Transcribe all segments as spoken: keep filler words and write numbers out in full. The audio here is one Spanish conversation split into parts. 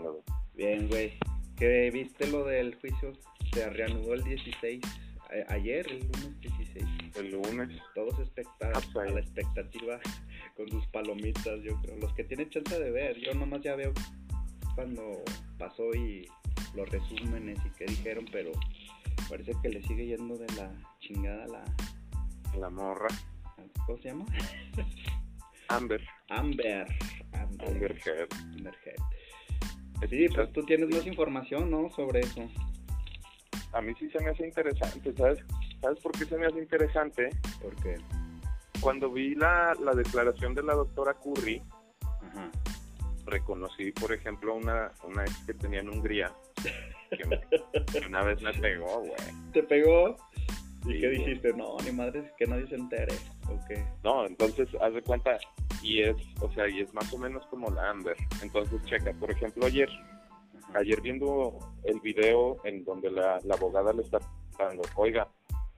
onda, güey? Bien, güey. ¿Qué viste lo del juicio? Se reanudó el dieciséis. A- ayer, el lunes dieciséis. El lunes. Todos expecta- Ah, pues a ahí. la expectativa con sus palomitas, yo creo. Los que tienen chance de ver. Yo nomás ya veo cuando pasó y los resúmenes y qué dijeron, pero parece que le sigue yendo de la chingada la... La morra. ¿Cómo se llama? Amber. Amber. Amber. Amber Heard. Amber Heard. Sí, pues tú tienes más información, ¿no? Sobre eso. A mí sí se me hace interesante, ¿sabes? ¿Sabes por qué se me hace interesante? Porque, Cuando vi la, la declaración de la doctora Curry, ajá, reconocí, por ejemplo, una, una ex que tenía en Hungría, que, me- que una vez me pegó, güey. ¿te pegó? ¿Y Sí, qué güey. dijiste? No, ni madres, que nadie se entere. ¿O qué? No, entonces, haz de cuenta, y es, o sea, y es más o menos como la Amber. Entonces, checa, por ejemplo, ayer, Ajá. ayer viendo el video en donde la, la abogada le está dando, oiga,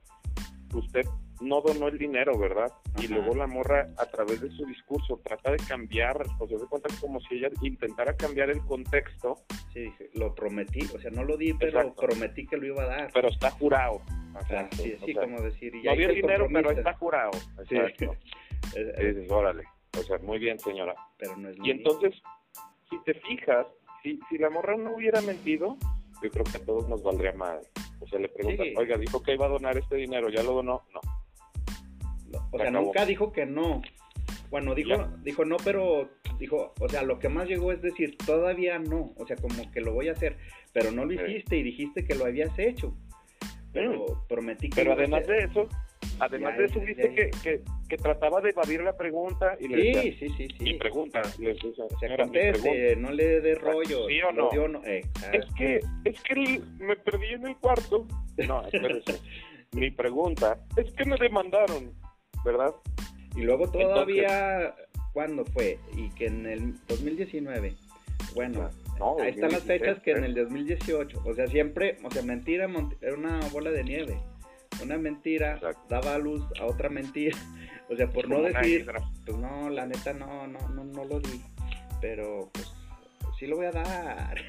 usted no donó el dinero, ¿verdad? Y Ajá. luego la morra, a través de su discurso, trata de cambiar, o sea, se cuenta como si ella intentara cambiar el contexto, Sí, dije, lo prometí, o sea, no lo di, pero Exacto. prometí que lo iba a dar. pero está jurado. O sea, Exacto. sí, O sí, sea, como decir, y no ya dio hice el dinero, pero compromiso. está jurado. Sí. Exacto. Eh, Y eh, dices, órale, o sea, muy bien, señora. pero no es Y mío. entonces, si te fijas, si, si la morra no hubiera mentido, yo creo que a todos nos valdría mal. O sea, le preguntan, Sí. oiga, dijo que iba a donar este dinero, ¿ya lo donó? No. No, o se sea, acabó. nunca dijo que no. Bueno, dijo, Ya. dijo no, pero dijo, o sea, lo que más llegó es decir, todavía no, o sea, como que lo voy a hacer, pero no lo Sí. hiciste y dijiste que lo habías hecho. Pero prometí que Pero lo iba a además hacer. de eso, además Ya, de eso, ya, viste ya. que, que, que trataba de evadir la pregunta y le Sí, decía, sí, sí, mi sí. pregunta, le decía, O sea, señora, mi pregunta. conteste, no le dé rollo. ¿Sí o lo no? dio, no. Eh, Es que, es que el- me perdí en el cuarto. No, espérese. Mi pregunta es que me demandaron, ¿verdad? Y luego todavía, ¿cuándo fue? Y que en el dos mil diecinueve. Bueno, No, ahí están las dos mil dieciséis, fechas que en ¿eh? el dos mil dieciocho. O sea, siempre, o sea, mentira, mont- era una bola de nieve. Una mentira Exacto. daba a luz a otra mentira. O sea, por no Como una decir, hidra. pues no, la neta no, no, no, no lo di. Pero, pues, sí lo voy a dar.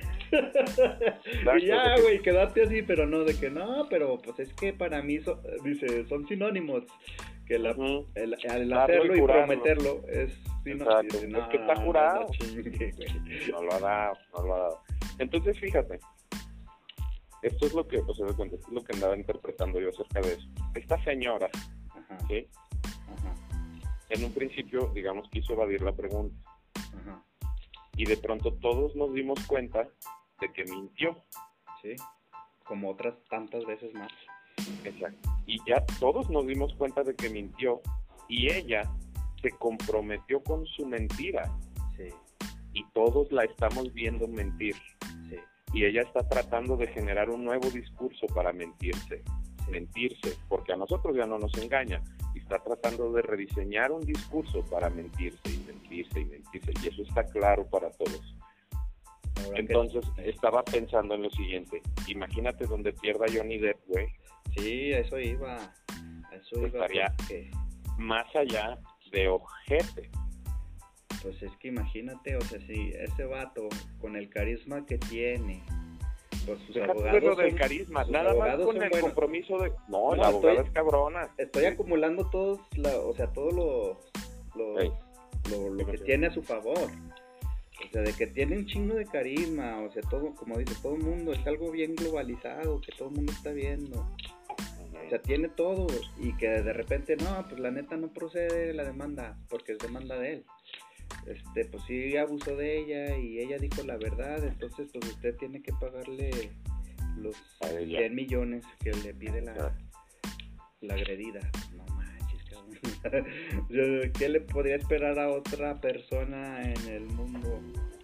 Y ya, de- güey, quedaste así, pero no, de que no, pero pues es que para mí, so- dice, son sinónimos. Que la, Ujú. el, el Darlo hacerlo y y jurarlo. prometerlo es sinónimo. Exacto. Es que está jurado. No, chingue, güey. No lo ha dado, no lo ha dado. Entonces, fíjate, esto es lo que, o sea, de cuenta, esto es lo que andaba interpretando yo acerca de eso. Esta señora, Ajá, ¿sí? ajá, En un principio, digamos, quiso evadir la pregunta. ajá, Y de pronto todos nos dimos cuenta de que mintió. sí, como otras tantas veces más. Exacto. Y ya todos nos dimos cuenta de que mintió. Y ella se comprometió con su mentira. Sí, Y todos la estamos viendo mentir. sí, Y ella está tratando de generar un nuevo discurso para mentirse. sí. Mentirse, porque a nosotros ya no nos engaña. Y está tratando de rediseñar un discurso para mentirse y mentirse y mentirse. Y eso está claro para todos. Ahora que- Entonces, estaba pensando en lo siguiente. Imagínate donde pierda Johnny Depp, güey. Sí, a eso iba. A eso iba. Estaría- Porque, Más allá de ojete. pues es que imagínate, o sea, si ese vato, con el carisma que tiene, pues sus Déjate de abogados lo del son- carisma. sus Nada más abogados con son el buenos. compromiso de... No, No, la abogada estoy- es cabrona. Estoy acumulando todos, la, o sea, todos los, los Ey. lo, lo Dime, que sí. tiene a su favor. O sea, de que tiene un chingo de carisma, o sea, todo, como dice, todo el mundo, es algo bien globalizado, que todo el mundo está viendo. O sea, tiene todo, y que de repente, no, pues la neta no procede la demanda, porque es demanda de él. Este, pues sí abusó de ella, y ella dijo la verdad, entonces pues usted tiene que pagarle los A ella. cien millones que le pide la, Exacto. la agredida. No manches, cabrón. Yo, ¿qué le podría esperar a otra persona en el mundo?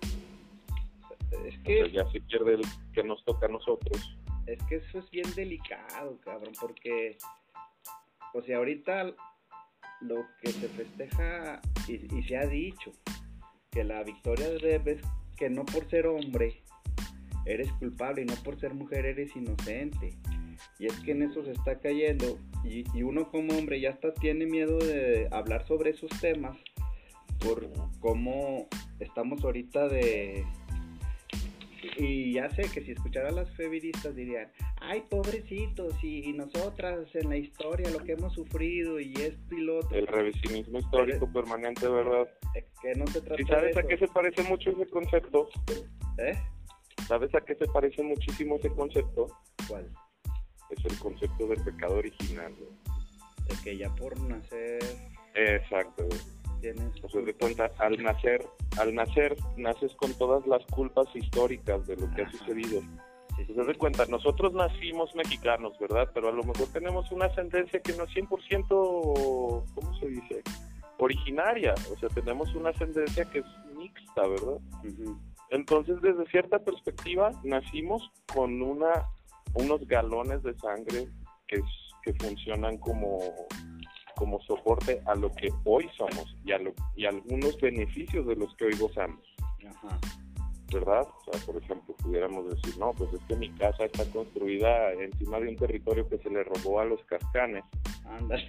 Es que, O sea, ya se pierde el que nos toca a nosotros. es que eso es bien delicado, cabrón, porque, o sea, ahorita lo que se festeja y, y se ha dicho, que la victoria de Depp es que no por ser hombre eres culpable y no por ser mujer eres inocente. Y es que en eso se está cayendo, y, y uno como hombre ya hasta tiene miedo de hablar sobre esos temas por cómo estamos ahorita de Y ya sé que si escuchara a las feministas dirían, ay, pobrecitos, y, y nosotras en la historia lo que hemos sufrido y esto y lo otro. El revisionismo histórico pero, permanente, ¿verdad? Que no se trata ¿Y sabes de a qué se parece mucho ese concepto? ¿Eh? ¿Sabes a qué se parece muchísimo ese concepto? ¿Cuál? Es el concepto del pecado original, güey. De que ya por nacer... Exacto, güey. Tienes... O sea, de cuenta, al nacer, al nacer, naces con todas las culpas históricas de lo que Ajá. ha sucedido. Sí, sí. Te das cuenta, nosotros nacimos mexicanos, ¿verdad? Pero a lo mejor tenemos una ascendencia que no es cien por ciento, ¿cómo se dice? Originaria. O sea, tenemos una ascendencia que es mixta, ¿verdad? Uh-huh. Entonces, desde cierta perspectiva, nacimos con una unos galones de sangre que, que funcionan como, como soporte a lo que hoy somos y a, lo, y a algunos beneficios de los que hoy gozamos. Ajá. ¿Verdad? O sea, por ejemplo, pudiéramos decir, no, pues es que mi casa está construida encima de un territorio que se le robó a los cascanes. Ándale.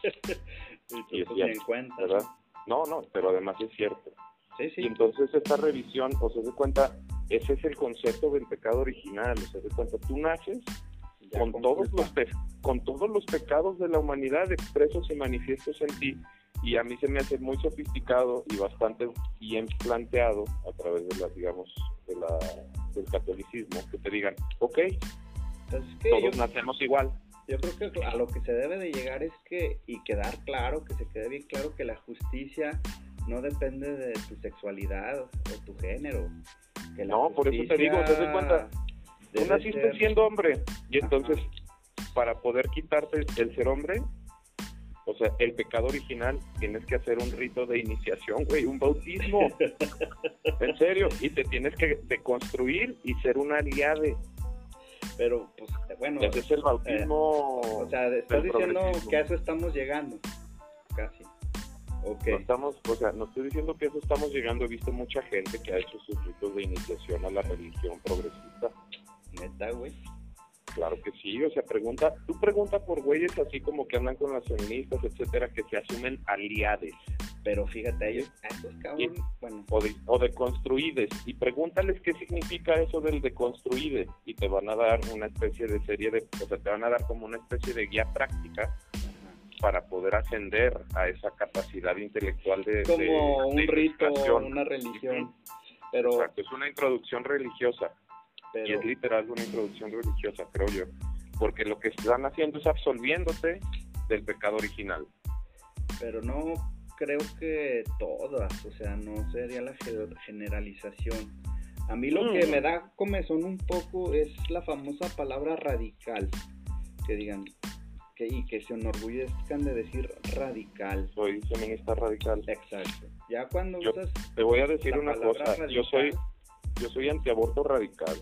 y, y es cierto, en cuenta, ¿verdad? No, no, pero además es cierto. Sí, sí. Y entonces esta revisión, o sea, se cuenta, ese es el concepto del pecado original, o sea, se cuenta, tú naces ya con todos los pe- con todos los pecados de la humanidad expresos y manifiestos en ti, y a mí se me hace muy sofisticado y bastante bien planteado a través de la, digamos, de la del catolicismo, que te digan, ok, entonces, ¿qué? todos yo, nacemos igual. Yo creo que a lo que se debe de llegar es que, y quedar claro, que se quede bien claro que la justicia no depende de tu sexualidad o tu género. Que no, por eso te digo, te das cuenta, tú naciste ser... siendo hombre, y entonces, Ajá. para poder quitarte el ser hombre, o sea, el pecado original, tienes que hacer un rito de iniciación, güey, un bautismo, en serio, y te tienes que deconstruir y ser un aliade. Pero, pues, bueno... Ese es el bautismo... Eh, o sea, estás diciendo que a eso estamos llegando, casi. Okay. No estamos, o sea, no estoy diciendo que eso estamos llegando, he visto mucha gente que ha hecho sus ritos de iniciación a la religión progresista. ¿Neta, güey? Claro que sí, o sea, pregunta, tú pregunta por güeyes así como que andan con las feministas, etcétera, que se asumen aliades. Pero fíjate, ellos, a esos cabrones, bueno. O de, o deconstruides, y pregúntales qué significa eso del deconstruide, y te van a dar una especie de serie de, o sea, te van a dar como una especie de guía práctica para poder ascender a esa capacidad intelectual de como de, un de rito, una religión. Uh-huh. Pero exacto, es una introducción religiosa. Pero... y es literal una introducción religiosa, creo yo, porque lo que están haciendo es absolviéndote del pecado original. Pero no creo que todas, o sea, no sería la generalización. A mí lo mm. que me da comezón un poco es la famosa palabra radical, que digan, que, y que se enorgullezcan de decir radical. Soy feminista radical. Exacto. Ya cuando yo usas te voy a decir una cosa, radical, yo soy yo soy antiaborto radical.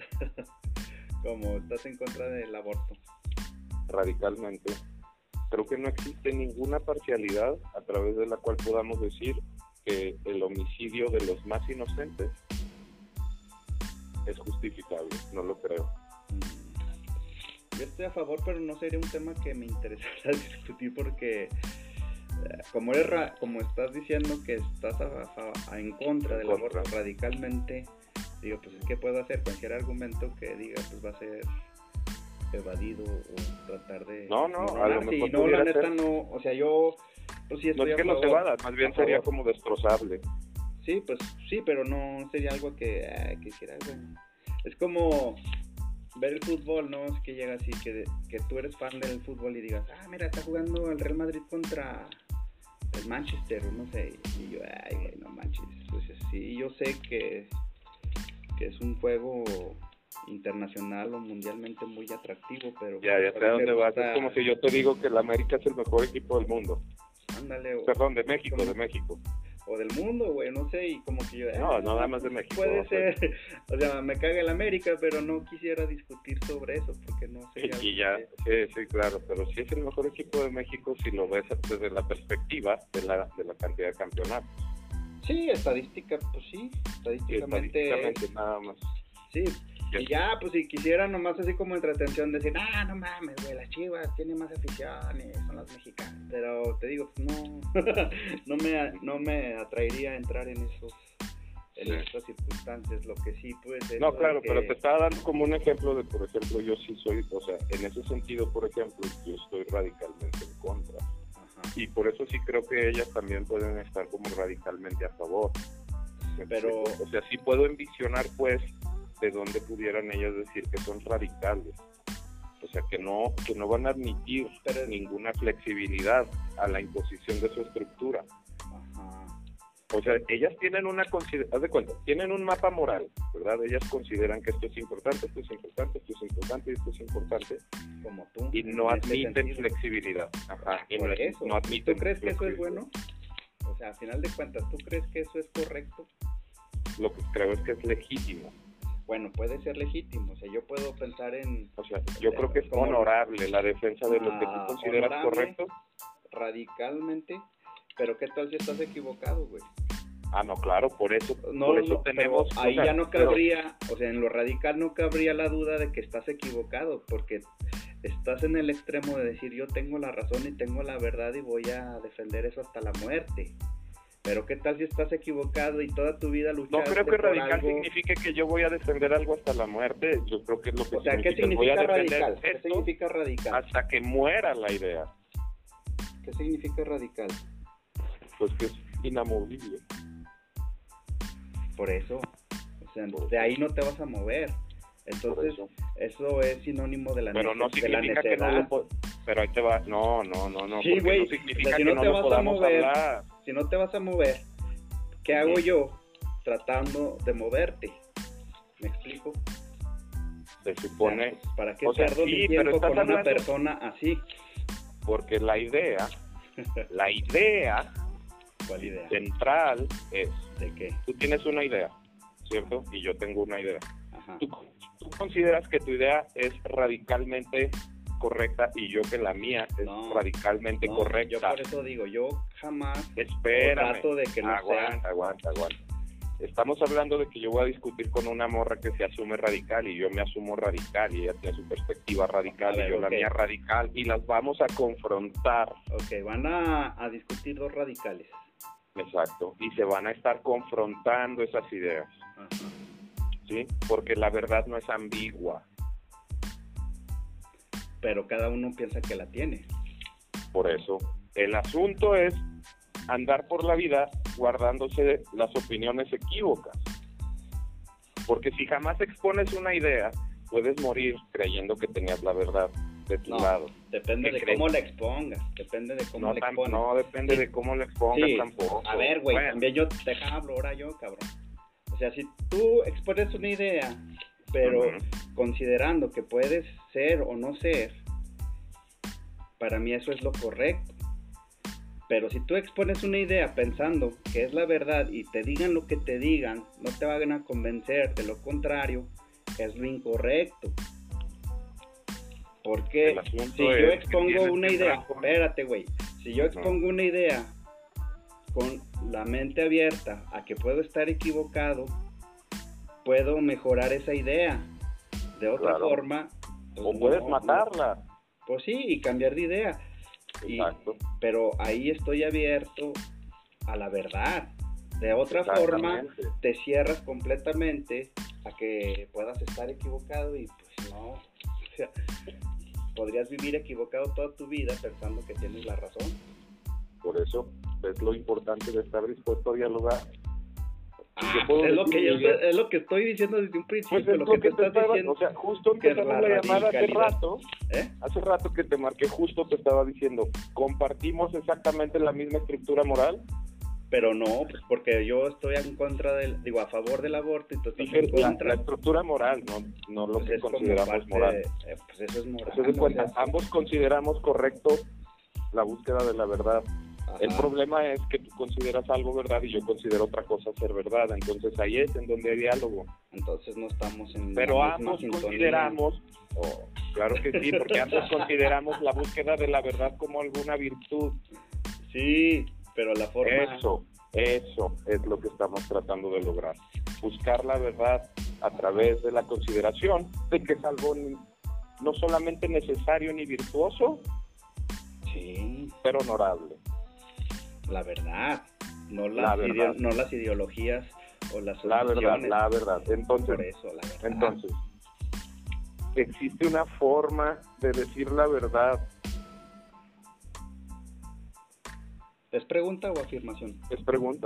Como estás en contra del aborto. Radicalmente. Creo que no existe ninguna parcialidad a través de la cual podamos decir que el homicidio de los más inocentes es justificable. No lo creo. Yo estoy a favor, pero no sería un tema que me interesara discutir porque como eres ra- como estás diciendo que estás a, a, a en contra del contra. aborto radicalmente, digo, pues es que puedo hacer cualquier argumento que diga, pues va a ser evadido o tratar de... No, no, a lo mejor sí, no, la neta ser... no, o sea, yo pues sí estoy no es que a favor, no se evada, más bien sería como destrozable. Sí, pues sí, pero no sería algo que eh, quisiera, bueno. Es como ver el fútbol, ¿no? Es que llega así, que, que tú eres fan del fútbol y digas, ah, mira, está jugando el Real Madrid contra el Manchester, no sé, y yo, ay, güey, no manches, pues sí, yo sé que, que es un juego internacional o mundialmente muy atractivo, pero... Ya, ya sé a dónde vas, es como si yo te digo que el América es el mejor equipo del mundo. Ándale. Perdón, de México, como... de México. O del mundo, güey, no sé, y como que yo... No, no, nada más de México. Puede ser, o sea, me caga el América, pero no quisiera discutir sobre eso, porque no sé... Y, y ya, que... sí, sí, claro, pero sí es el mejor equipo de México si lo ves desde la perspectiva de la, de la cantidad de campeonatos. Sí, estadística, pues sí, estadísticamente... Sí, estadísticamente nada más. Sí, y ya, pues si quisiera nomás así como entretención decir, ah, no mames, güey, las Chivas tienen más afición y son las mexicanas, pero te digo, pues no, no me no me atraería entrar en esos en Sí. estas circunstancias. Lo que sí, pues... es No, lo claro, que- pero te estaba dando como un ejemplo de, por ejemplo, yo sí soy, o sea, en ese sentido, por ejemplo, yo estoy radicalmente en contra. Ajá. Y por eso sí creo que ellas también pueden estar como radicalmente a favor. Pero- O sea, sí puedo envisionar, pues, de dónde pudieran ellas decir que son radicales. O sea, que no que no van a admitir Pero- ninguna flexibilidad a la imposición de su estructura. Ajá. O sea, ellas tienen una consider- haz de cuenta, tienen un mapa moral, ¿verdad? Ellas consideran que esto es importante, esto es importante, esto es importante y esto es importante, Como tú. y no en ese admiten sentido. flexibilidad. Ajá, y Por no, eso. no admiten ¿Tú crees que eso es flexibilidad. bueno? O sea, a final de cuentas, ¿tú crees que eso es correcto? Lo que creo es que es legítimo. Bueno, puede ser legítimo. O sea, yo puedo pensar en O sea, yo creo que es Como- honorable la defensa de lo que tú Ah, consideras honorable. correcto. radicalmente, pero ¿qué tal si estás equivocado, güey? Ah, no, claro, por eso, No, por eso no, tenemos... pero ahí o sea, ya no pero- cabría, o sea, en lo radical no cabría la duda de que estás equivocado, porque estás en el extremo de decir yo tengo la razón y tengo la verdad y voy a defender eso hasta la muerte. Pero ¿qué tal si estás equivocado y toda tu vida No luchaste creo que por radical algo? signifique que yo voy a defender algo hasta la muerte. Yo creo que es lo que O sea, ¿qué significa, voy a significa defender radical? ¿Qué esto significa radical? hasta que muera la idea. ¿Qué significa radical? Pues que es inamovible. Por eso, o sea, Por de eso. ahí no te vas a mover. Por Entonces, eso. eso es sinónimo de la, Pero no nece- de la significa que no necedad. lo po- pero ahí te va, no, no, no, no, Sí, porque güey, no o significa sea, si que no no te lo vas a podamos mover, hablar. Si no te vas a mover, ¿qué hago Ujú. yo tratando de moverte? ¿Me explico? Se supone, O sea, ¿para qué o sea, pierdo sí, mi pero tiempo estás con una hablando- persona así? porque la idea, la idea ¿Cuál idea? central es, ¿De qué? tú tienes una idea, ¿cierto? Y yo tengo una idea. Ajá. Tú, tú consideras que tu idea es radicalmente correcta y yo que la mía es No, radicalmente No, correcta. yo por eso digo, yo jamás Espérame. trato de que no aguanta, sea. aguanta, aguanta. Estamos hablando de que yo voy a discutir con una morra que se asume radical y yo me asumo radical y ella tiene su perspectiva radical A ver, y yo la ok. mía radical y las vamos a confrontar. Ok, van a, a discutir dos radicales. Exacto. Y se van a estar confrontando esas ideas, Ajá. ¿sí? Porque la verdad no es ambigua. Pero cada uno piensa que la tiene. Por eso, el asunto es andar por la vida guardándose las opiniones equívocas. Porque si jamás expones una idea, puedes morir creyendo que tenías la verdad de tu No, lado. Depende ¿Qué de crees? cómo la expongas. Depende de cómo No, la tam- expones. no depende Sí. de cómo le expongas Sí. tampoco. A ver, güey, Bueno, también yo te hablo ahora yo, cabrón. O sea, si tú expones una idea, pero Ujú. considerando que puedes ser o no ser, para mí eso es lo correcto. Pero si tú expones una idea pensando que es la verdad y te digan lo que te digan, no te van a convencer, de lo contrario, es lo incorrecto. Porque El asunto si yo es que expongo tienes una que idea, transformar. espérate, güey, si yo Ajá. expongo una idea con la mente abierta a que puedo estar equivocado, puedo mejorar esa idea. De otra Claro. forma, pues o no, puedes no. matarla. Pues sí, y cambiar de idea. Y- Exacto. pero ahí estoy abierto a la verdad. De otra forma, Exactamente. te cierras completamente a que puedas estar equivocado y pues no. O sea, podrías vivir equivocado toda tu vida pensando que tienes la razón. Por eso es lo importante de estar dispuesto a dialogar. Ah, Yo puedo es, lo que decir, yo, Miguel, es lo que estoy diciendo desde un principio. Pues es lo lo que que tú te estás estaba, diciendo. o sea, justo que empezamos la la llamada hace radicalidad- rato, ¿Eh? hace rato que te marqué, justo te estaba diciendo, compartimos exactamente la misma estructura moral. Pero no, pues porque yo estoy en contra del, digo, a favor del aborto y tú estás Dije en la, contra. la estructura moral, no, no lo Pues que es como consideramos parte moral. de- eh, pues eso es moral. Se de cuenta, o sea, ambos consideramos correcto la búsqueda de la verdad. ajá. El problema es que tú consideras algo verdad y yo considero otra cosa ser verdad. Entonces ahí es en donde hay diálogo. Entonces no estamos en Pero la misma ambos sintonía. consideramos, oh, claro que sí, porque ambos consideramos la búsqueda de la verdad como alguna virtud. Sí, pero la forma... Eso, eso es lo que estamos tratando de lograr. Buscar la verdad a través de la consideración de que es algo ni- no solamente necesario ni virtuoso, Sí, pero honorable. la verdad. No La las, verdad. ideo- no las ideologías o las La verdad, soluciones. la verdad. Entonces, Por eso, la verdad. entonces, existe una forma de decir la verdad. ¿Es pregunta o afirmación? Es pregunta.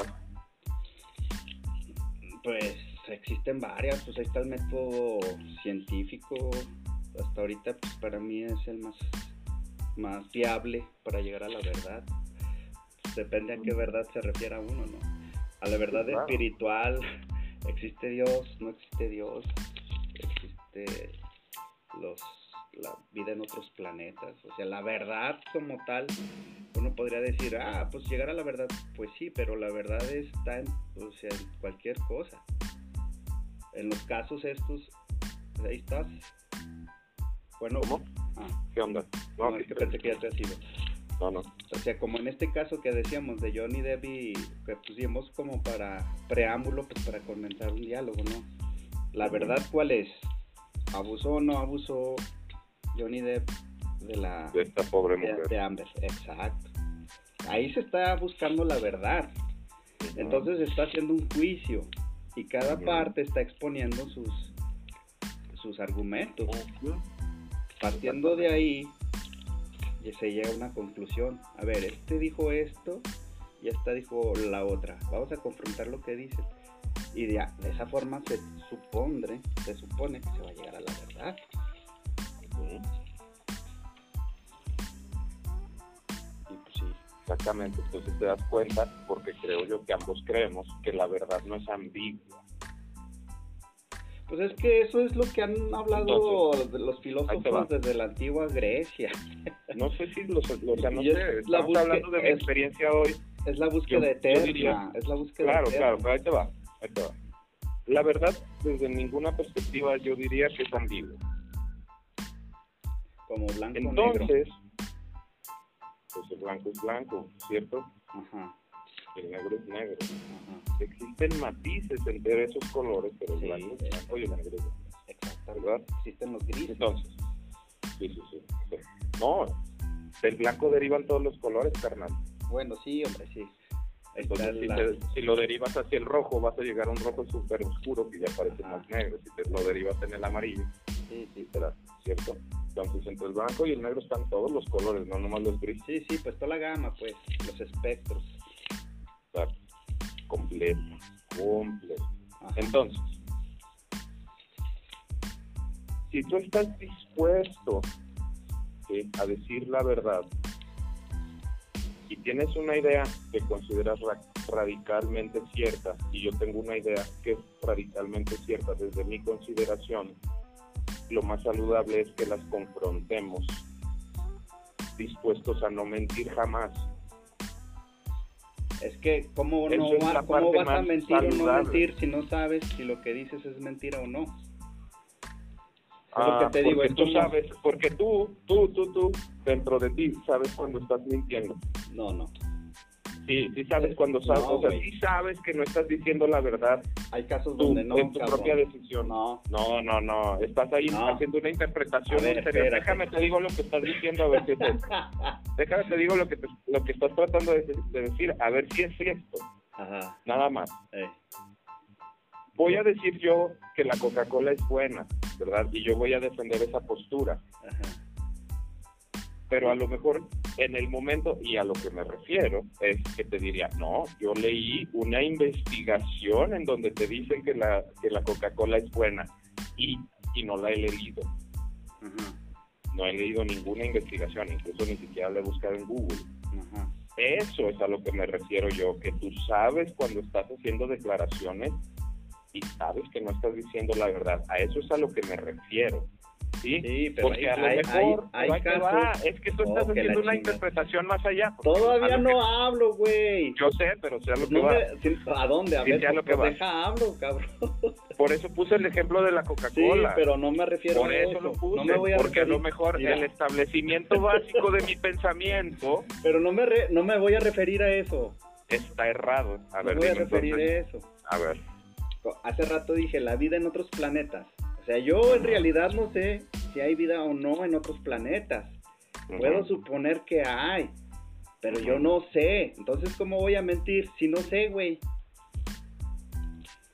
Pues existen varias, pues ahí está el método científico, hasta ahorita pues para mí es el más, más fiable para llegar a la verdad. Pues, depende a qué verdad se refiera uno, ¿no? A la verdad Sí, claro. espiritual, existe Dios, no existe Dios, existe los, la vida en otros planetas, o sea, la verdad como tal, uno podría decir, ah, pues llegar a la verdad, pues sí, pero la verdad está en, o sea, en cualquier cosa. En los casos estos, ahí estás. Bueno, ¿Cómo? Ah, ¿Qué onda? no, No, es que ¿qué- pensé que ya te has ido. no, no. O sea, como en este caso que decíamos de Johnny Depp y que pusimos como para preámbulo, pues para comenzar un diálogo, ¿no? La verdad, ¿cuál es? ¿Abusó o no abusó Johnny Depp de la De esta pobre de, mujer. de Amber? Exacto. Ahí se está buscando la verdad. Entonces se está haciendo un juicio y cada Ujú. parte está exponiendo sus sus argumentos. Ujú. Partiendo de ahí y se llega a una conclusión. A ver, este dijo esto y esta dijo la otra. Vamos a confrontar lo que dicen. Y de, de esa forma se supone, se supone que se va a llegar a la verdad. Ujú. Y pues sí. Exactamente, entonces te das cuenta, porque creo yo que ambos creemos que la verdad no es ambigua. Pues es que eso es lo que han hablado Entonces, de los ahí te va. filósofos desde la antigua Grecia. No sé si los, o sea, no Y es sé, la estamos búsqueda- hablando de mi es- experiencia hoy. Es la búsqueda Yo- yo eterna. diría- es la búsqueda Claro, eterna. claro, pero ahí te va, ahí te va. La verdad, desde ninguna perspectiva, yo diría que es ambigua. Como blanco o negro. Entonces, pues el blanco es blanco, ¿cierto? Ajá, El negro es negro. ajá. Existen matices entre esos colores, pero el Sí, blanco sí. es blanco y el negro es negro. Exactamente. ¿Verdad? Existen los grises. Entonces, sí, sí, sí, sí. No, del blanco derivan todos los colores, carnal. Bueno, sí, hombre, sí. Ahí está Entonces, si, la- te- si lo derivas hacia el rojo, vas a llegar a un rojo súper oscuro que ya parece Ajá. más negro. Si te lo derivas en el amarillo, Sí, sí. será, ¿cierto? Entonces, entre el blanco y el negro están todos los colores, no nomás los grises. Sí, sí, pues toda la gama, pues, los espectros. Exacto. Completo, completo. Ajá. Entonces, si tú estás dispuesto, ¿sí?, a decir la verdad y tienes una idea que consideras ra- radicalmente cierta y yo tengo una idea que es radicalmente cierta desde mi consideración, lo más saludable es que las confrontemos, dispuestos a no mentir jamás. Es que, ¿cómo, Eso no es va- la ¿cómo parte vas a más mentir o no saludable. mentir si no sabes si lo que dices es mentira o no? Es Ah, lo que te digo, porque es tú como- sabes, porque tú, tú, tú, tú, dentro de ti, sabes cuando estás mintiendo. No, no. Sí, sí sabes cuando sabes, No, o sea, güey. sí sabes que no estás diciendo la verdad Hay casos tú, donde no, en tu cabrón. propia decisión. No. No, no, no, estás ahí No. haciendo una interpretación A ver, ulterior. espérate. Déjame te digo lo que estás diciendo, a ver si es esto. Déjame te digo lo que, te- lo que estás tratando de, de decir, a ver si es cierto. Ajá. Nada más. Eh. Voy a decir yo que la Coca-Cola es buena, ¿verdad? Y yo voy a defender esa postura. Ajá. Pero a lo mejor en el momento, y a lo que me refiero, es que te diría, no, yo leí una investigación en donde te dicen que la, que la Coca-Cola es buena y, y no la he leído. Ajá. No he leído ninguna investigación, incluso ni siquiera la he buscado en Google. Ajá. Eso es a lo que me refiero yo, que tú sabes cuando estás haciendo declaraciones y sabes que no estás diciendo la verdad. A eso es a lo que me refiero. Sí, Sí, pero porque hay- a lo hay- mejor hay- hay ahí te va, casos- es que tú Oh, estás que la haciendo una chingada. interpretación más allá. porque Todavía a lo no que- hablo, güey. Yo sé, pero sea lo que No va. me- sí, ¿A dónde? A Sí, ver, sé a lo pues que va. deja hablo, cabrón. Por eso puse el ejemplo de la Sí, Coca-Cola. pero no me refiero Por a eso eso. lo puse, no me voy a porque a referir, lo mejor mira, el establecimiento básico de mi pensamiento pero no me re- no me voy a referir a eso. está errado. A No ver, me voy a dime referir entonces. a eso. A ver. Hace rato dije la vida en otros planetas. O sea, yo en realidad no sé si hay vida o no en otros planetas. Puedo Ujú. suponer que hay, pero yo Ujú. no sé. Entonces, ¿cómo voy a mentir si no sé, güey?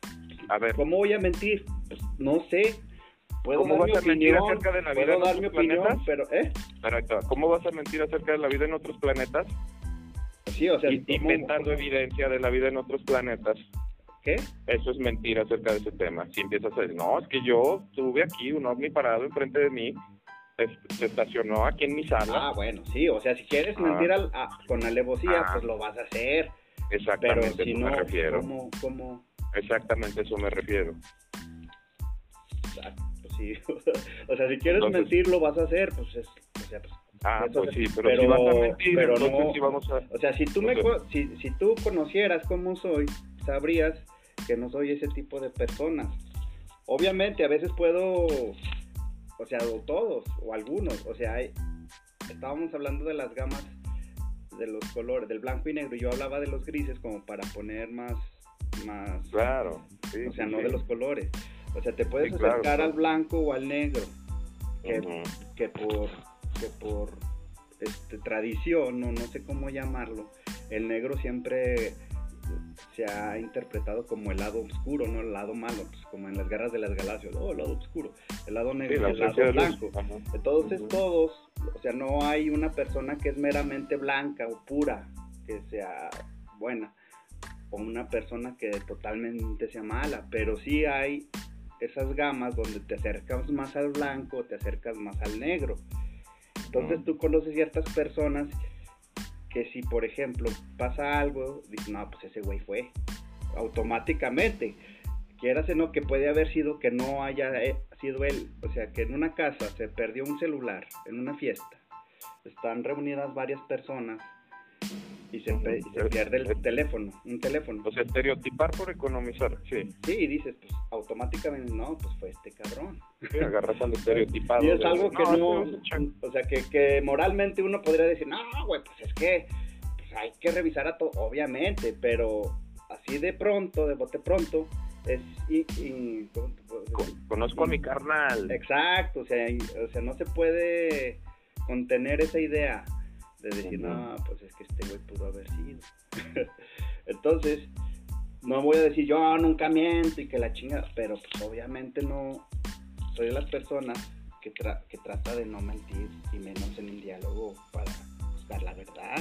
A ver. ¿Cómo voy a mentir? Pues, no sé. Puedo ¿Cómo dar vas mi a mentir opinión, acerca de la vida puedo en dar mi otros opinión, planetas? pero, ¿eh? Perfecto. ¿Cómo vas a mentir acerca de la vida en otros planetas? Sí, o sea, Y, ¿cómo, inventando cómo? evidencia de la vida en otros planetas. ¿Qué? Eso es mentir acerca de ese tema. Si empiezas a decir, no, es que yo tuve aquí un ovni parado enfrente de mí, se, se estacionó aquí en mi sala. Ah, bueno, sí, o sea, si quieres Ah. mentir al, a, con alevosía, Ah. pues lo vas a hacer. Exactamente, Pero si eso no, me refiero. ¿cómo, cómo? Exactamente, eso me refiero. Exacto, pues sí. O sea, si quieres Entonces, mentir, lo vas a hacer, pues es, o sea, pues... Ah, eso, pues sí, pero, pero si vas a mentir, pero entonces no, sí vamos a... o sea, si tú, me, Entonces, si, si tú conocieras cómo soy, sabrías que no soy ese tipo de personas. Obviamente, a veces puedo, o sea, o todos, o algunos, o sea, hay, estábamos hablando de las gamas de los colores, del blanco y negro, y yo hablaba de los grises como para poner más, más, claro, sí, o sea, sí, no sí. de los colores. O sea, te puedes Sí, acercar claro, al claro. blanco o al negro, que, Ujú. que por, que por este, tradición, o no sé cómo llamarlo, el negro siempre se ha interpretado como el lado oscuro, no el lado malo, pues como en las guerras de las galaxias, oh, el lado oscuro, el lado negro Sí, y la el lado ausencia de luz. blanco. Ajá. Entonces Ujú. todos, o sea, no hay una persona que es meramente blanca o pura, que sea buena, o una persona que totalmente sea mala, pero sí hay esas gamas donde te acercas más al blanco, te acercas más al negro. Entonces Ujú. tú conoces ciertas personas que si, por ejemplo, pasa algo, dices, no, pues ese güey fue, automáticamente, quieras o no, que puede haber sido que no haya sido él, o sea, que en una casa se perdió un celular, en una fiesta, están reunidas varias personas, y se, Ujú. pe- y se pierde el teléfono, un teléfono. O sea, estereotipar por economizar, sí. Sí, y dices, pues automáticamente, no, pues fue este cabrón. Sí, agarras al estereotipado. Y es de, algo que no, este es un o sea, que, que moralmente uno podría decir, no, güey, pues es que pues hay que revisar a todo, obviamente, pero así de pronto, de bote pronto, es... Y, y, ¿cómo te puedo decir? Con- Conozco a mi carnal. Exacto, o sea, y- o sea, no se puede contener esa idea de decir, Ujú. no, pues es que este güey pudo haber sido. Entonces, no voy a decir yo nunca miento y que la chinga, pero pues obviamente no soy de las personas que, tra- que trata de no mentir y menos en el diálogo para buscar la verdad.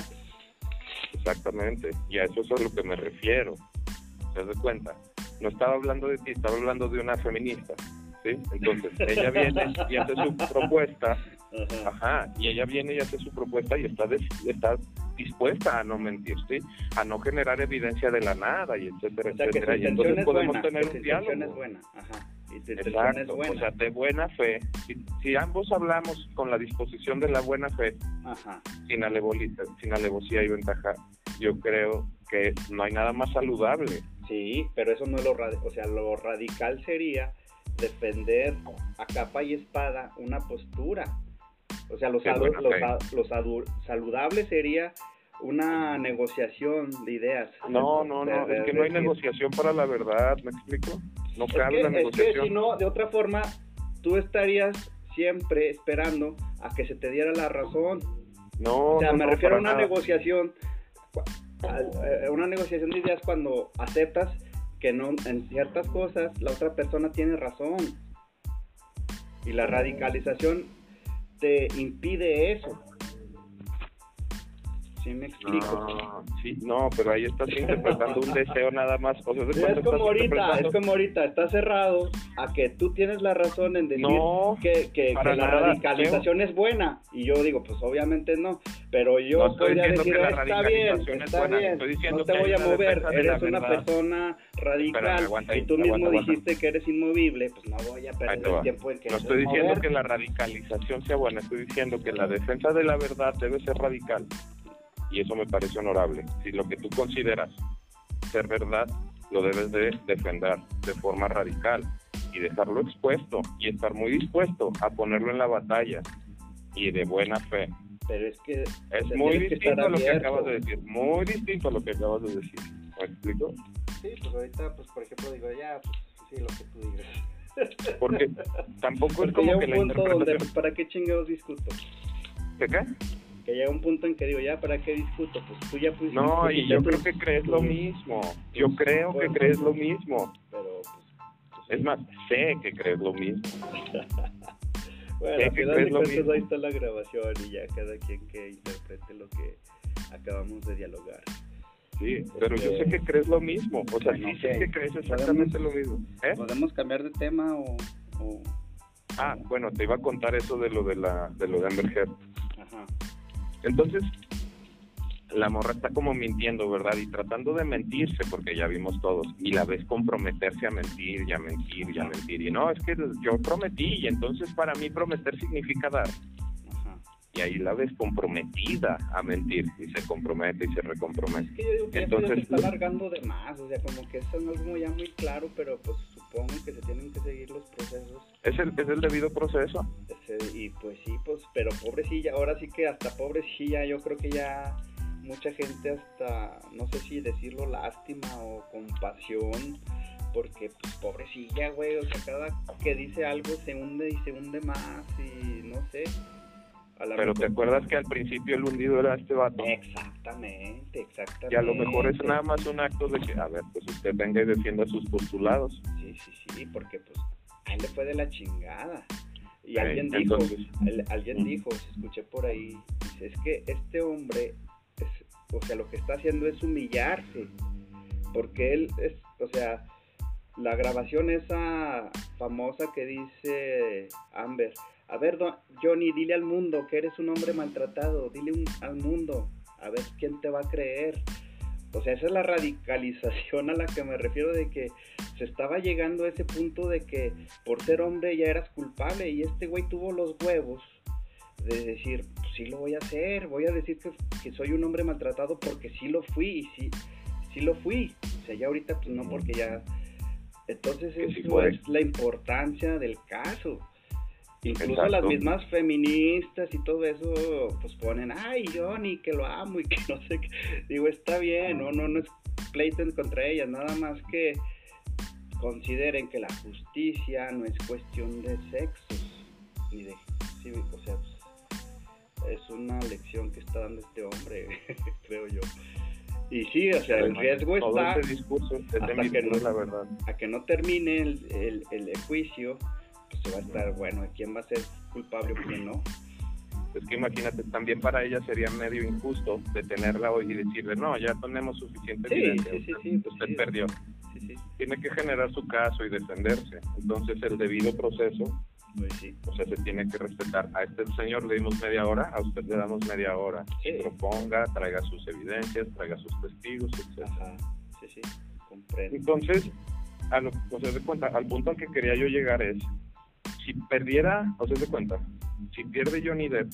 Exactamente, y a eso es a lo que me refiero. ¿Te das cuenta? No estaba hablando de ti, estaba hablando de una feminista, ¿sí? Entonces, ella viene y hace su propuesta, Ajá. ajá, y ella viene y hace su propuesta y está, des- está dispuesta a no mentir, ¿sí? A no generar evidencia de la nada, y etcétera, O sea, que su etcétera, y intención entonces es podemos buena, tener que su un intención diálogo. es buena, ajá, y tu intención es Exacto, buena. o sea, de buena fe. Si, si ambos hablamos con la disposición de la buena fe, Ajá. sin alevosía, sin alevosía y ventaja, yo creo que no hay nada más saludable. Sí, pero eso no es lo radical, o sea, lo radical sería defender a capa y espada una postura. O sea, lo, Qué salu- buena lo, fe. sa- lo sadu- saludable sería una negociación de ideas. No, no, De- no, de- es que no hay decir- negociación para la verdad, ¿me explico? No Es cabe que, la es que negociación. si no, de otra forma, tú estarías siempre esperando a que se te diera la razón. No, O sea, no, me no, refiero a para una nada. negociación, a- a una negociación de ideas cuando aceptas que no en ciertas cosas la otra persona tiene razón. Y la radicalización te impide eso. ¿Sí me explico? No, sí, no, pero ahí estás interpretando un deseo nada más. O sea, ¿de Sí, cuánto es como estás ahorita, interpretando? es como ahorita, está cerrado a que tú tienes la razón en decir No, que, que, para que la nada, radicalización es buena. Y yo digo, pues obviamente no. Pero yo No estoy podría diciendo decir, que la está bien, radicalización es está buena, bien, estoy diciendo no te que hay voy a una mover, defensa de la eres una verdad. persona radical. Espérame, aguanta ahí, y tú aguanta, mismo aguanta. dijiste que eres inmovible, pues no voy a Ahí perder te el va. tiempo en que No me estoy des diciendo mover. que la radicalización sea buena, estoy diciendo que la defensa de la verdad debe ser radical. Y eso me parece honorable. Si lo que tú consideras ser verdad, lo debes de defender de forma radical y dejarlo expuesto y estar muy dispuesto a ponerlo en la batalla y de buena fe. Pero es que Es te muy tienes que distinto estar a lo que abierto. acabas de decir, muy distinto a lo que acabas de decir. ¿Me explico? Sí, pues ahorita, pues por ejemplo, digo, ya, pues sí, lo que tú digas. Porque tampoco es Porque como llega que un la punto donde, interpretación... pues, ¿para qué chingados discuto? ¿Qué qué? Que llega un punto en que digo, ya, ¿para qué discuto? Pues tú ya pusiste... No, y yo tus- creo que crees lo tus- mismo. Yo tus- creo que pues, crees lo mismo. Pero, pues, Es más, sé que crees lo mismo. Bueno, al final de cuentas ahí está la grabación y ya cada quien que interprete lo que acabamos de dialogar. Sí, pero este... yo sé que crees lo mismo. O sea, no sí sé. sé que crees exactamente lo mismo. ¿Eh? ¿Podemos cambiar de tema o...? o... Ah, bueno, te iba a contar eso de lo de la de lo de Amber Heard. Ajá. Entonces, la morra está como mintiendo, ¿verdad? Y tratando de mentirse, porque ya vimos todos. Y la ves comprometerse a mentir, y a mentir, y a mentir. Y no, es que yo prometí, y entonces para mí prometer significa dar. Ajá. Y ahí la ves comprometida a mentir, y se compromete y se recompromete. Es que yo digo que entonces, esto ya se está alargando de más, o sea, como que esto no es algo ya muy claro, pero pues supongo que se tienen que seguir los procesos. ¿Es el, es el debido proceso? Ese, y pues sí, pues, pero pobrecilla, ahora sí que hasta pobrecilla, yo creo que ya... mucha gente hasta, no sé si decirlo lástima o compasión, porque pues pobrecilla, güey, o sea, cada que dice algo se hunde y se hunde más y no sé. A la Pero mejor... te acuerdas que al principio el hundido era este vato. Exactamente, exactamente. Y a lo mejor es nada más un acto de que, a ver, pues usted venga y defienda sus postulados. Sí, sí, sí, porque pues a él le fue de la chingada. Y sí, alguien dijo, entonces... alguien dijo, escuché por ahí, dice, es que este hombre... Es, o sea, lo que está haciendo es humillarse, porque él es, o sea, la grabación esa famosa que dice Amber, a ver, don, Johnny, dile al mundo que eres un hombre maltratado, dile un, al mundo, a ver quién te va a creer. O sea, esa es la radicalización a la que me refiero, de que se estaba llegando a ese punto de que por ser hombre ya eras culpable, y este güey tuvo los huevos de decir, pues sí lo voy a hacer, voy a decir que, que soy un hombre maltratado porque sí lo fui, y sí, sí lo fui, o sea, ya ahorita pues no, porque ya, entonces eso sí es la importancia del caso. Incluso Exacto. Las mismas feministas y todo eso, pues ponen, ay, Johnny, que lo amo y que no sé qué, digo, está bien, no, no, no es pleito contra ellas, nada más que consideren que la justicia no es cuestión de sexos, ni de, sí, o sea, es una lección que está dando este hombre, creo yo. Y sí, o sea, el riesgo todo está este discurso es hasta que no, la verdad. a que no termine el, el, el juicio, pues se va a estar, bueno, ¿quién va a ser culpable o quién no? Es que imagínate, también para ella sería medio injusto detenerla hoy y decirle, no, ya tenemos suficiente sí, evidencia, sí, sí, sí, usted, usted sí, perdió. Sí, sí. Tiene que generar su caso y defenderse. Entonces el debido proceso, pues sí. O sea, se tiene que respetar. A este señor le dimos media hora, a usted le damos media hora. Sí. Proponga, traiga sus evidencias, traiga sus testigos, etcétera. Ajá, sí, sí, comprendo. Entonces, a lo, o sea, de cuenta, al punto al que quería yo llegar es, si perdiera, o sea, de cuenta, si pierde Johnny Depp,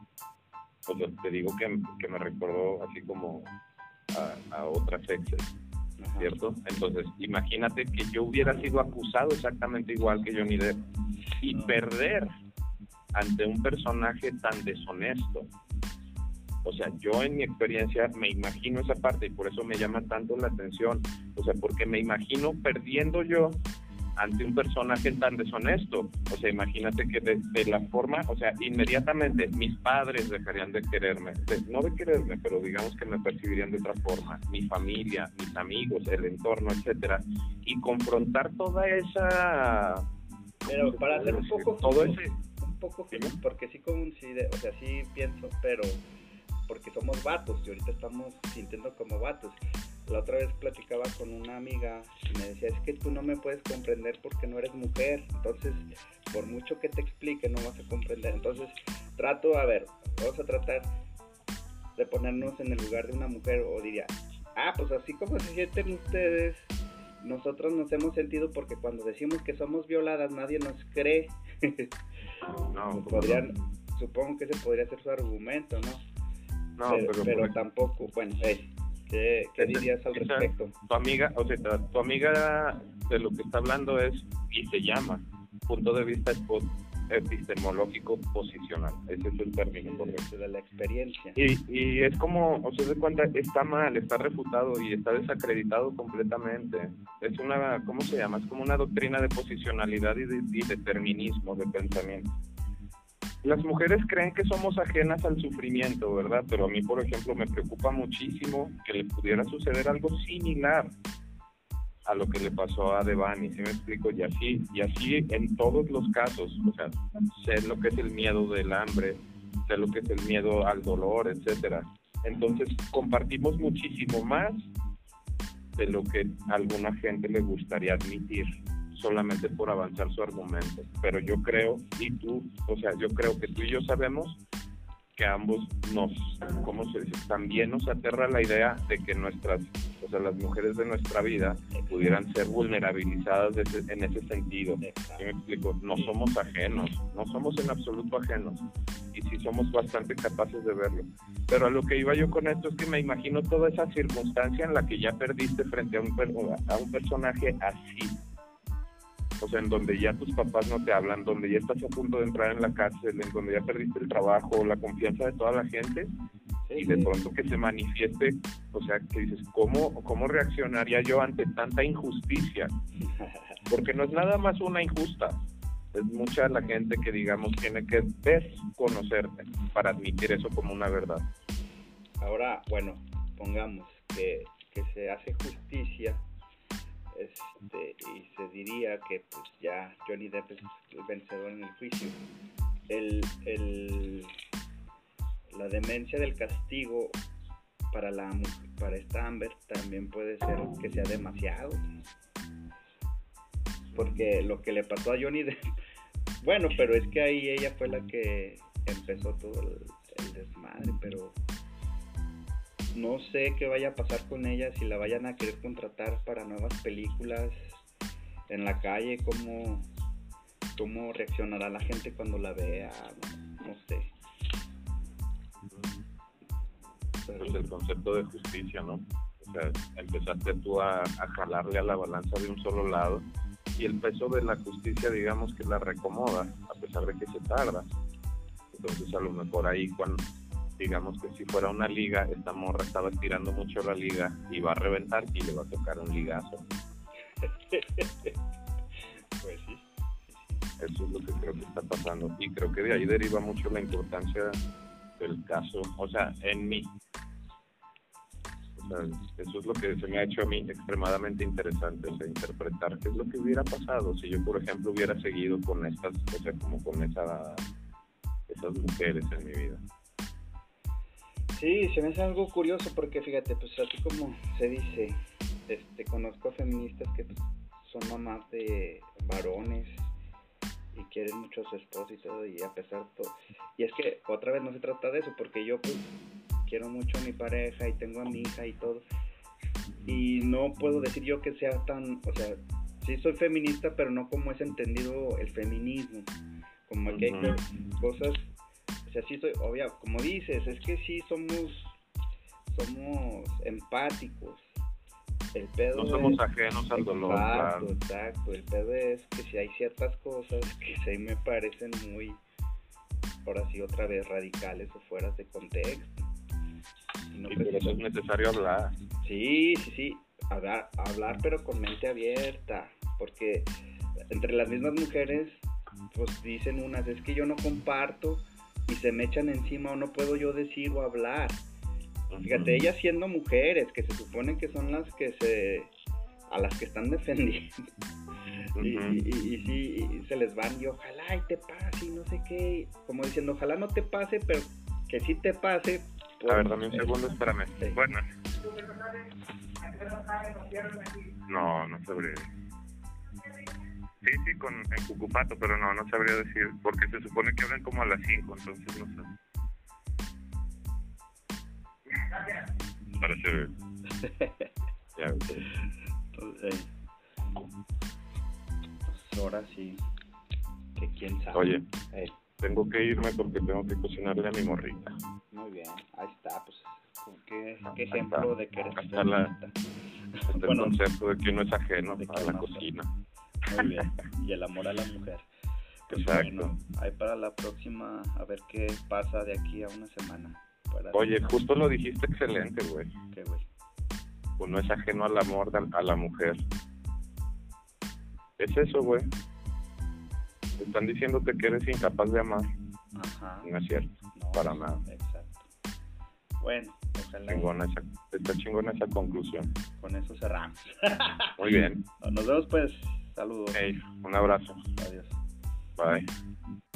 o sea, te digo que, que me recordó así como a, a otras exes, ¿cierto? Entonces, imagínate que yo hubiera sido acusado exactamente igual que Johnny Depp y no. perder ante un personaje tan deshonesto. O sea, yo en mi experiencia me imagino esa parte y por eso me llama tanto la atención. O sea, porque me imagino perdiendo yo ante un personaje tan deshonesto. O sea, imagínate que de, de la forma, o sea, inmediatamente mis padres dejarían de quererme, de, no de quererme, pero digamos que me percibirían de otra forma, mi familia, mis amigos, el entorno, etcétera, y confrontar toda esa... Pero para hacer un poco... Todo ese... Un poco, porque sí coincide, o sea, sí pienso, pero porque somos vatos y ahorita estamos sintiendo como vatos. La otra vez platicaba con una amiga y me decía, es que tú no me puedes comprender porque no eres mujer, entonces por mucho que te explique no vas a comprender. Entonces trato, a ver, vamos a tratar de ponernos en el lugar de una mujer, o diría, ah, pues así como se sienten ustedes, nosotros nos hemos sentido, porque cuando decimos que somos violadas nadie nos cree. No, podrían, no. Supongo que ese podría ser su argumento, ¿no? No, pero, pero, pero pero tampoco, bueno, hey, ¿qué, qué dirías al esa, respecto? Tu amiga, o sea, tu amiga de lo que está hablando es, y se llama, punto de vista epistemológico posicional, ese es el término correcto. De la experiencia. Y, y es como, o sea, de cuenta, está mal, está refutado y está desacreditado completamente. Es una, ¿cómo se llama? Es como una doctrina de posicionalidad y, de, y determinismo de pensamiento. Las mujeres creen que somos ajenas al sufrimiento, ¿verdad? Pero a mí, por ejemplo, me preocupa muchísimo que le pudiera suceder algo similar a lo que le pasó a Devani, ¿sí me explico? Y así, y así en todos los casos, o sea, sé lo que es el miedo del hambre, sé lo que es el miedo al dolor, etcétera. Entonces compartimos muchísimo más de lo que a alguna gente le gustaría admitir, solamente por avanzar su argumento. Pero yo creo, y tú, o sea, yo creo que tú y yo sabemos que ambos nos, ¿cómo se dice? También nos aterra la idea de que nuestras, o sea, las mujeres de nuestra vida pudieran ser vulnerabilizadas de ese, en ese sentido. ¿Sí me explico? No somos ajenos, no somos en absoluto ajenos, y sí somos bastante capaces de verlo. Pero a lo que iba yo con esto es que me imagino toda esa circunstancia en la que ya perdiste frente a un, a un personaje así. O sea, en donde ya tus papás no te hablan, donde ya estás a punto de entrar en la cárcel, en donde ya perdiste el trabajo, la confianza de toda la gente, sí, y de sí. pronto que se manifieste, o sea, que dices, ¿cómo, cómo reaccionaría yo ante tanta injusticia? Porque no es nada más una injusta, es mucha la gente que, digamos, tiene que desconocerte para admitir eso como una verdad. Ahora, bueno, pongamos que, que se hace justicia, Este, y se diría que pues ya Johnny Depp es el vencedor en el juicio. El, el, la demencia del castigo para la para esta Amber también puede ser que sea demasiado, porque lo que le pasó a Johnny Depp, bueno, pero es que ahí ella fue la que empezó todo el, el desmadre, pero no sé qué vaya a pasar con ella, si la vayan a querer contratar para nuevas películas en la calle, cómo, cómo reaccionará la gente cuando la vea, no, no sé. Pues el concepto de justicia, ¿no? O sea, empezaste tú a, a jalarle a la balanza de un solo lado, y el peso de la justicia, digamos que la recomoda, a pesar de que se tarda. Entonces a lo mejor ahí cuando, digamos que si fuera una liga, esta morra estaba estirando mucho la liga y va a reventar y le va a tocar un ligazo. Pues sí. Eso es lo que creo que está pasando, y creo que de ahí deriva mucho la importancia del caso, o sea, en mí. O sea, eso es lo que se me ha hecho a mí extremadamente interesante, o sea, interpretar qué es lo que hubiera pasado si yo, por ejemplo, hubiera seguido con estas, o sea, como con esa, esas mujeres en mi vida. Sí, se me hace algo curioso porque fíjate, pues así como se dice, este, conozco feministas que pues, son mamás de varones y quieren mucho a su esposo y todo, y a pesar de todo, y es que otra vez no se trata de eso, porque yo pues quiero mucho a mi pareja y tengo a mi hija y todo, y no puedo decir yo que sea tan, o sea, sí soy feminista, pero no como es entendido el feminismo, como que hay cosas. O sea, sí soy, obvio, como dices, es que sí somos somos empáticos. El pedo no somos es, ajenos al dolor. Exacto, claro. exacto. El pedo es que si hay ciertas cosas que sí me parecen muy, por así otra vez, radicales o fueras de contexto. Y, no y por eso es necesario hablar. Sí, sí, sí. Hablar, hablar, pero con mente abierta. Porque entre las mismas mujeres, pues dicen unas, es que yo no comparto, y se me echan encima, o no puedo yo decir o hablar. Fíjate, ellas siendo mujeres, que se supone que son las que se, a las que están defendiendo, uh-huh. y, y, y, y sí, y se les van, y ojalá y te pase, y no sé qué, como diciendo, ojalá no te pase, pero que sí te pase. Pues, a ver, dame un segundo, espérame. Sí. Bueno. No, no sabría. Sí, sí, con en Cucupato, pero no, no sabría decir, porque se supone que hablan como a las cinco, entonces no sé. Parece bien. Ya, okay. Entonces, pues ahora sí, que quién sabe. Oye, eh. tengo que irme porque tengo que cocinarle a mi morrita. Muy bien, ahí está, pues, qué, qué ejemplo de que eres feminista. La, este bueno, el concepto de que uno es ajeno a la no cocina. Muy bien, y el amor a la mujer. Pues exacto. Bueno, ahí para la próxima, a ver qué pasa de aquí a una semana. Oye, justo lo dijiste excelente, güey. ¿Qué, güey? Uno es ajeno al amor a la mujer. Es eso, güey. Están diciéndote que eres incapaz de amar. Ajá. No es cierto, no, para nada. Exacto. Bueno, Ojalá. Chingona esa, está chingona esa conclusión. Con eso cerramos. Muy bien. Nos vemos pues. Saludos. Hey, un abrazo. Adiós. Bye.